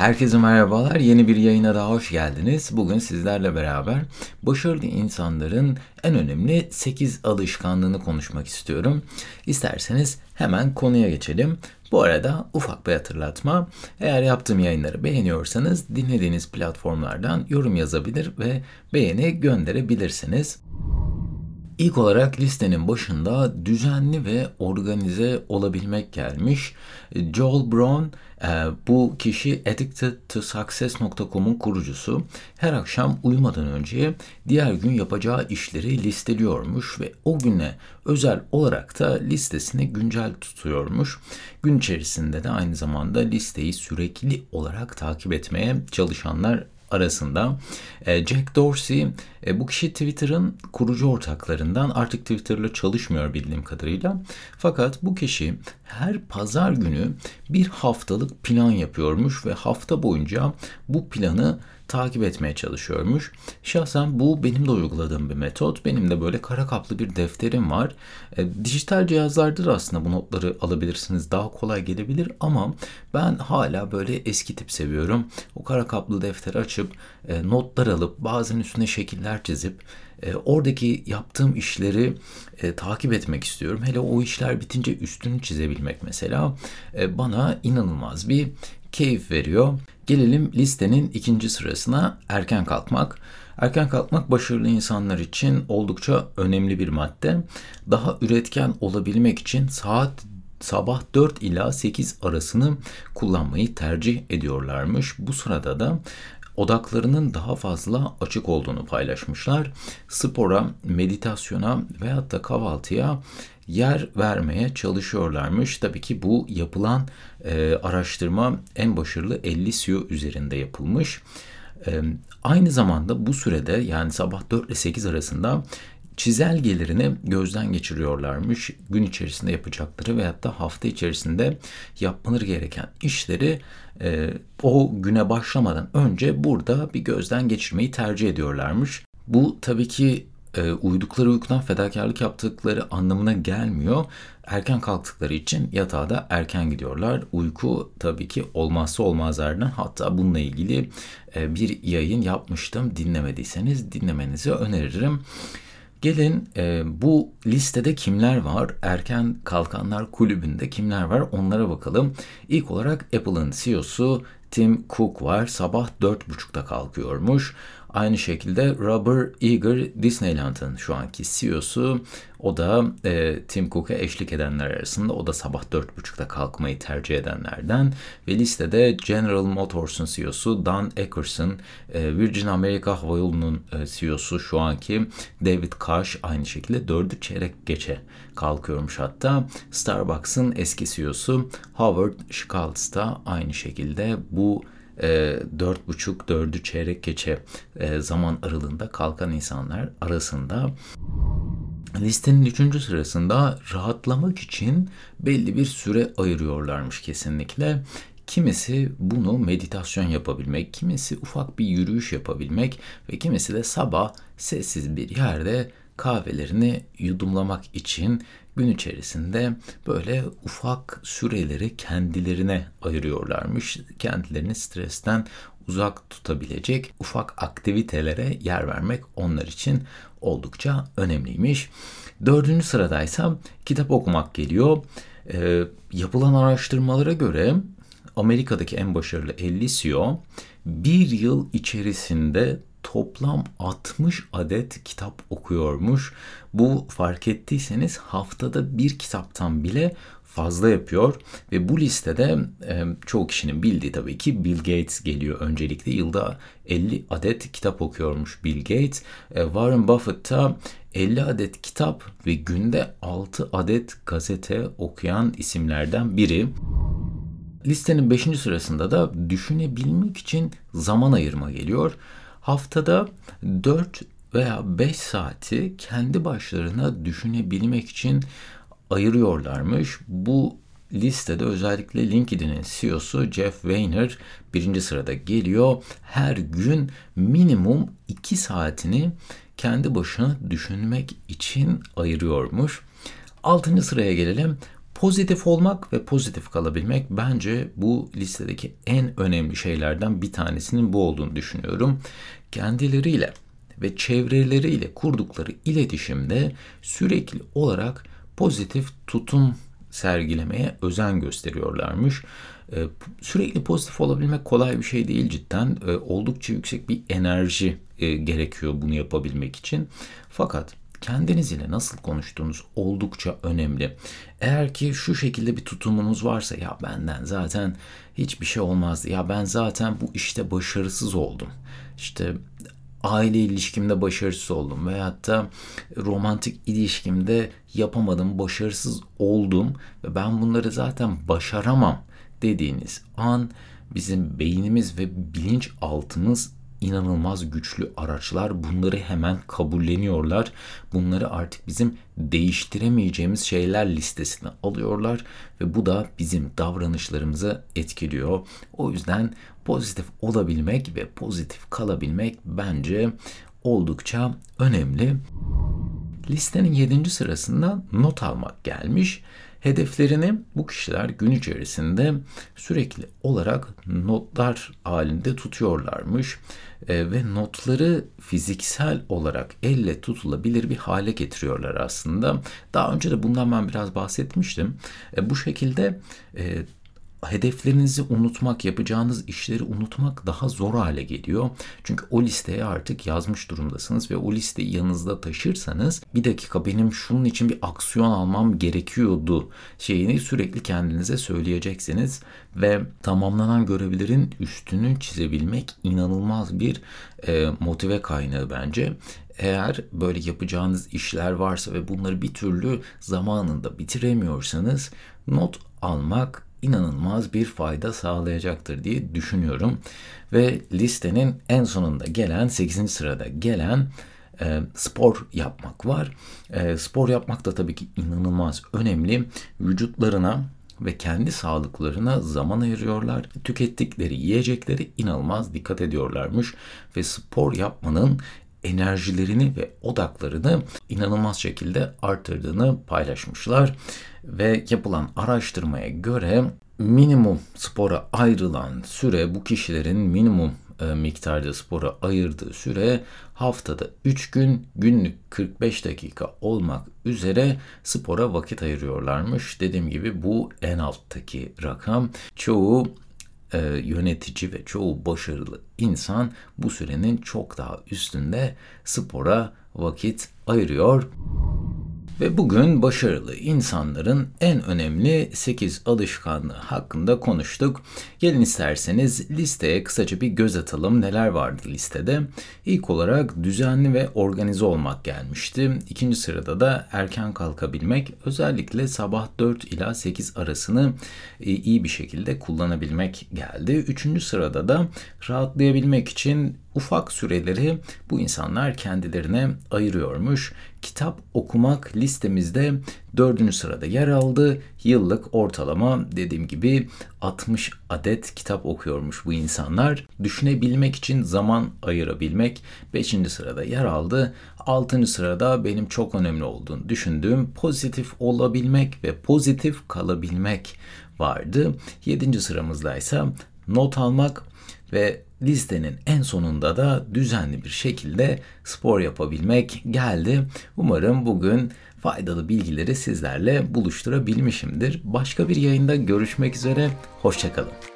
Herkese merhabalar. Yeni bir yayına daha hoş geldiniz. Bugün sizlerle beraber başarılı insanların en önemli 8 alışkanlığını konuşmak istiyorum. İsterseniz hemen konuya geçelim. Bu arada ufak bir hatırlatma. Eğer yaptığım yayınları beğeniyorsanız dinlediğiniz platformlardan yorum yazabilir ve beğeni gönderebilirsiniz. İlk olarak listenin başında düzenli ve organize olabilmek gelmiş. Joel Brown, bu kişi addictedtosuccess.com'un kurucusu. Her akşam uyumadan önce diğer gün yapacağı işleri listeliyormuş ve o güne özel olarak da listesini güncel tutuyormuş. Gün içerisinde de aynı zamanda listeyi sürekli olarak takip etmeye çalışanlar arasında. Jack Dorsey, bu kişi Twitter'ın kurucu ortaklarından, artık Twitter'la çalışmıyor bildiğim kadarıyla. Fakat bu kişi her pazar günü bir haftalık plan yapıyormuş ve hafta boyunca bu planı takip etmeye çalışıyormuş. Şahsen bu benim de uyguladığım bir metot. Benim de böyle kara kaplı bir defterim var. Dijital cihazlarda da aslında bu notları alabilirsiniz. Daha kolay gelebilir ama ben hala böyle eski tip seviyorum. O kara kaplı defteri açıp notlar alıp bazen üstüne şekiller çizip oradaki yaptığım işleri takip etmek istiyorum. Hele o işler bitince üstünü çizebilmek mesela bana inanılmaz bir keyif veriyor. Gelelim listenin ikinci sırasına, erken kalkmak. Erken kalkmak başarılı insanlar için oldukça önemli bir madde. Daha üretken olabilmek için sabah 4 ila 8 arasını kullanmayı tercih ediyorlarmış. Bu sırada da odaklarının daha fazla açık olduğunu paylaşmışlar. Spora, meditasyona veyahut da kahvaltıya yer vermeye çalışıyorlarmış. Tabii ki bu yapılan araştırma en başarılı 50 CEO üzerinde yapılmış. Aynı zamanda bu sürede, yani sabah 4 ile 8 arasında çizelgelerini gözden geçiriyorlarmış. Gün içerisinde yapacakları veyahut da hafta içerisinde yapmaları gereken işleri o güne başlamadan önce burada bir gözden geçirmeyi tercih ediyorlarmış. Bu tabii ki uyudukları uykudan fedakarlık yaptıkları anlamına gelmiyor. Erken kalktıkları için yatağa da erken gidiyorlar. Uyku tabii ki olmazsa olmazlardan. Hatta bununla ilgili bir yayın yapmıştım. Dinlemediyseniz dinlemenizi öneririm. Gelin bu listede kimler var? Erken Kalkanlar Kulübü'nde kimler var? Onlara bakalım. İlk olarak Apple'ın CEO'su Tim Cook var. Sabah 4.30'da kalkıyormuş. Aynı şekilde Robert Iger, Disneyland'ın şu anki CEO'su. O da Tim Cook'a eşlik edenler arasında. O da sabah 4.30'da kalkmayı tercih edenlerden. Ve listede General Motors'un CEO'su Dan Eckerson, Virgin America Havayolu'nun CEO'su şu anki David Koch aynı şekilde 4'ü çeyrek geçe kalkıyormuş hatta. Starbucks'ın eski CEO'su Howard Schultz da aynı şekilde bu 4.30-4'ü çeyrek geçe zaman aralığında kalkan insanlar arasında. Listenin 3. sırasında rahatlamak için belli bir süre ayırıyorlarmış kesinlikle. Kimisi bunu meditasyon yapabilmek, kimisi ufak bir yürüyüş yapabilmek ve kimisi de sabah sessiz bir yerde kahvelerini yudumlamak için gün içerisinde böyle ufak süreleri kendilerine ayırıyorlarmış. Kendilerini stresten uzak tutabilecek ufak aktivitelere yer vermek onlar için oldukça önemliymiş. 4. sıradaysa kitap okumak geliyor. Yapılan araştırmalara göre Amerika'daki en başarılı 50 CEO bir yıl içerisinde toplam 60 adet kitap okuyormuş. Bu, fark ettiyseniz, haftada bir kitaptan bile fazla yapıyor ve bu listede çoğu kişinin bildiği tabii ki Bill Gates geliyor öncelikle. Yılda 50 adet kitap okuyormuş Bill Gates. Warren Buffett da 50 adet kitap ve günde 6 adet gazete okuyan isimlerden biri. Listenin 5. sırasında da düşünebilmek için zaman ayırma geliyor. Haftada 4 veya 5 saati kendi başlarına düşünebilmek için ayırıyorlarmış. Bu listede özellikle LinkedIn'in CEO'su Jeff Weiner 1. sırada geliyor. Her gün minimum 2 saatini kendi başına düşünmek için ayırıyormuş. 6. sıraya gelelim. Pozitif olmak ve pozitif kalabilmek bence bu listedeki en önemli şeylerden bir tanesinin bu olduğunu düşünüyorum. Kendileriyle ve çevreleriyle kurdukları iletişimde sürekli olarak pozitif tutum sergilemeye özen gösteriyorlarmış. Sürekli pozitif olabilmek kolay bir şey değil cidden. Oldukça yüksek bir enerji gerekiyor bunu yapabilmek için. Fakat kendiniz ile nasıl konuştuğunuz oldukça önemli. Eğer ki şu şekilde bir tutumunuz varsa, ya benden zaten hiçbir şey olmazdı, ya ben zaten bu işte başarısız oldum, İşte aile ilişkimde başarısız oldum veyahut da romantik ilişkimde yapamadım, başarısız oldum ve ben bunları zaten başaramam dediğiniz an bizim beynimiz ve bilinçaltımız inanılmaz güçlü araçlar. Bunları hemen kabulleniyorlar. Bunları artık bizim değiştiremeyeceğimiz şeyler listesine alıyorlar ve bu da bizim davranışlarımızı etkiliyor. O yüzden pozitif olabilmek ve pozitif kalabilmek bence oldukça önemli. Listenin 7. sırasında not almak gelmiş. Hedeflerini bu kişiler gün içerisinde sürekli olarak notlar halinde tutuyorlarmış. Ve notları fiziksel olarak elle tutulabilir bir hale getiriyorlar aslında. Daha önce de bundan ben biraz bahsetmiştim. Bu şekilde hedeflerinizi unutmak, yapacağınız işleri unutmak daha zor hale geliyor. Çünkü o listeye artık yazmış durumdasınız ve o listeyi yanınızda taşırsanız bir dakika benim şunun için bir aksiyon almam gerekiyordu şeyini sürekli kendinize söyleyeceksiniz ve tamamlanan görevlerin üstünü çizebilmek inanılmaz bir motive kaynağı bence. Eğer böyle yapacağınız işler varsa ve bunları bir türlü zamanında bitiremiyorsanız not almak inanılmaz bir fayda sağlayacaktır diye düşünüyorum. Ve listenin en sonunda gelen 8. sırada gelen spor yapmak var. Spor yapmak da tabii ki inanılmaz önemli. Vücutlarına ve kendi sağlıklarına zaman ayırıyorlar. Tükettikleri yiyecekleri inanılmaz dikkat ediyorlarmış ve spor yapmanın enerjilerini ve odaklarını inanılmaz şekilde artırdığını paylaşmışlar. Ve yapılan araştırmaya göre minimum spora ayrılan süre, bu kişilerin minimum miktarda spora ayırdığı süre haftada 3 gün, günlük 45 dakika olmak üzere spora vakit ayırıyorlarmış. Dediğim gibi bu en alttaki rakam. Çoğu yönetici ve çoğu başarılı insan bu sürenin çok daha üstünde spora vakit ayırıyor. Ve bugün başarılı insanların en önemli 8 alışkanlığı hakkında konuştuk. Gelin isterseniz listeye kısaca bir göz atalım. Neler vardı listede? İlk olarak düzenli ve organize olmak gelmişti. İkinci sırada da erken kalkabilmek, özellikle sabah 4 ila 8 arasını iyi bir şekilde kullanabilmek geldi. Üçüncü sırada da rahatlayabilmek için ufak süreleri bu insanlar kendilerine ayırıyormuş. Kitap okumak listemizde 4. sırada yer aldı. Yıllık ortalama dediğim gibi 60 adet kitap okuyormuş bu insanlar. Düşünebilmek için zaman ayırabilmek 5. sırada yer aldı. 6. sırada benim çok önemli olduğunu düşündüğüm pozitif olabilmek ve pozitif kalabilmek vardı. 7. sıramızdaysa not almak ve listenin en sonunda da düzenli bir şekilde spor yapabilmek geldi. Umarım bugün faydalı bilgileri sizlerle buluşturabilmişimdir. Başka bir yayında görüşmek üzere, hoşça kalın.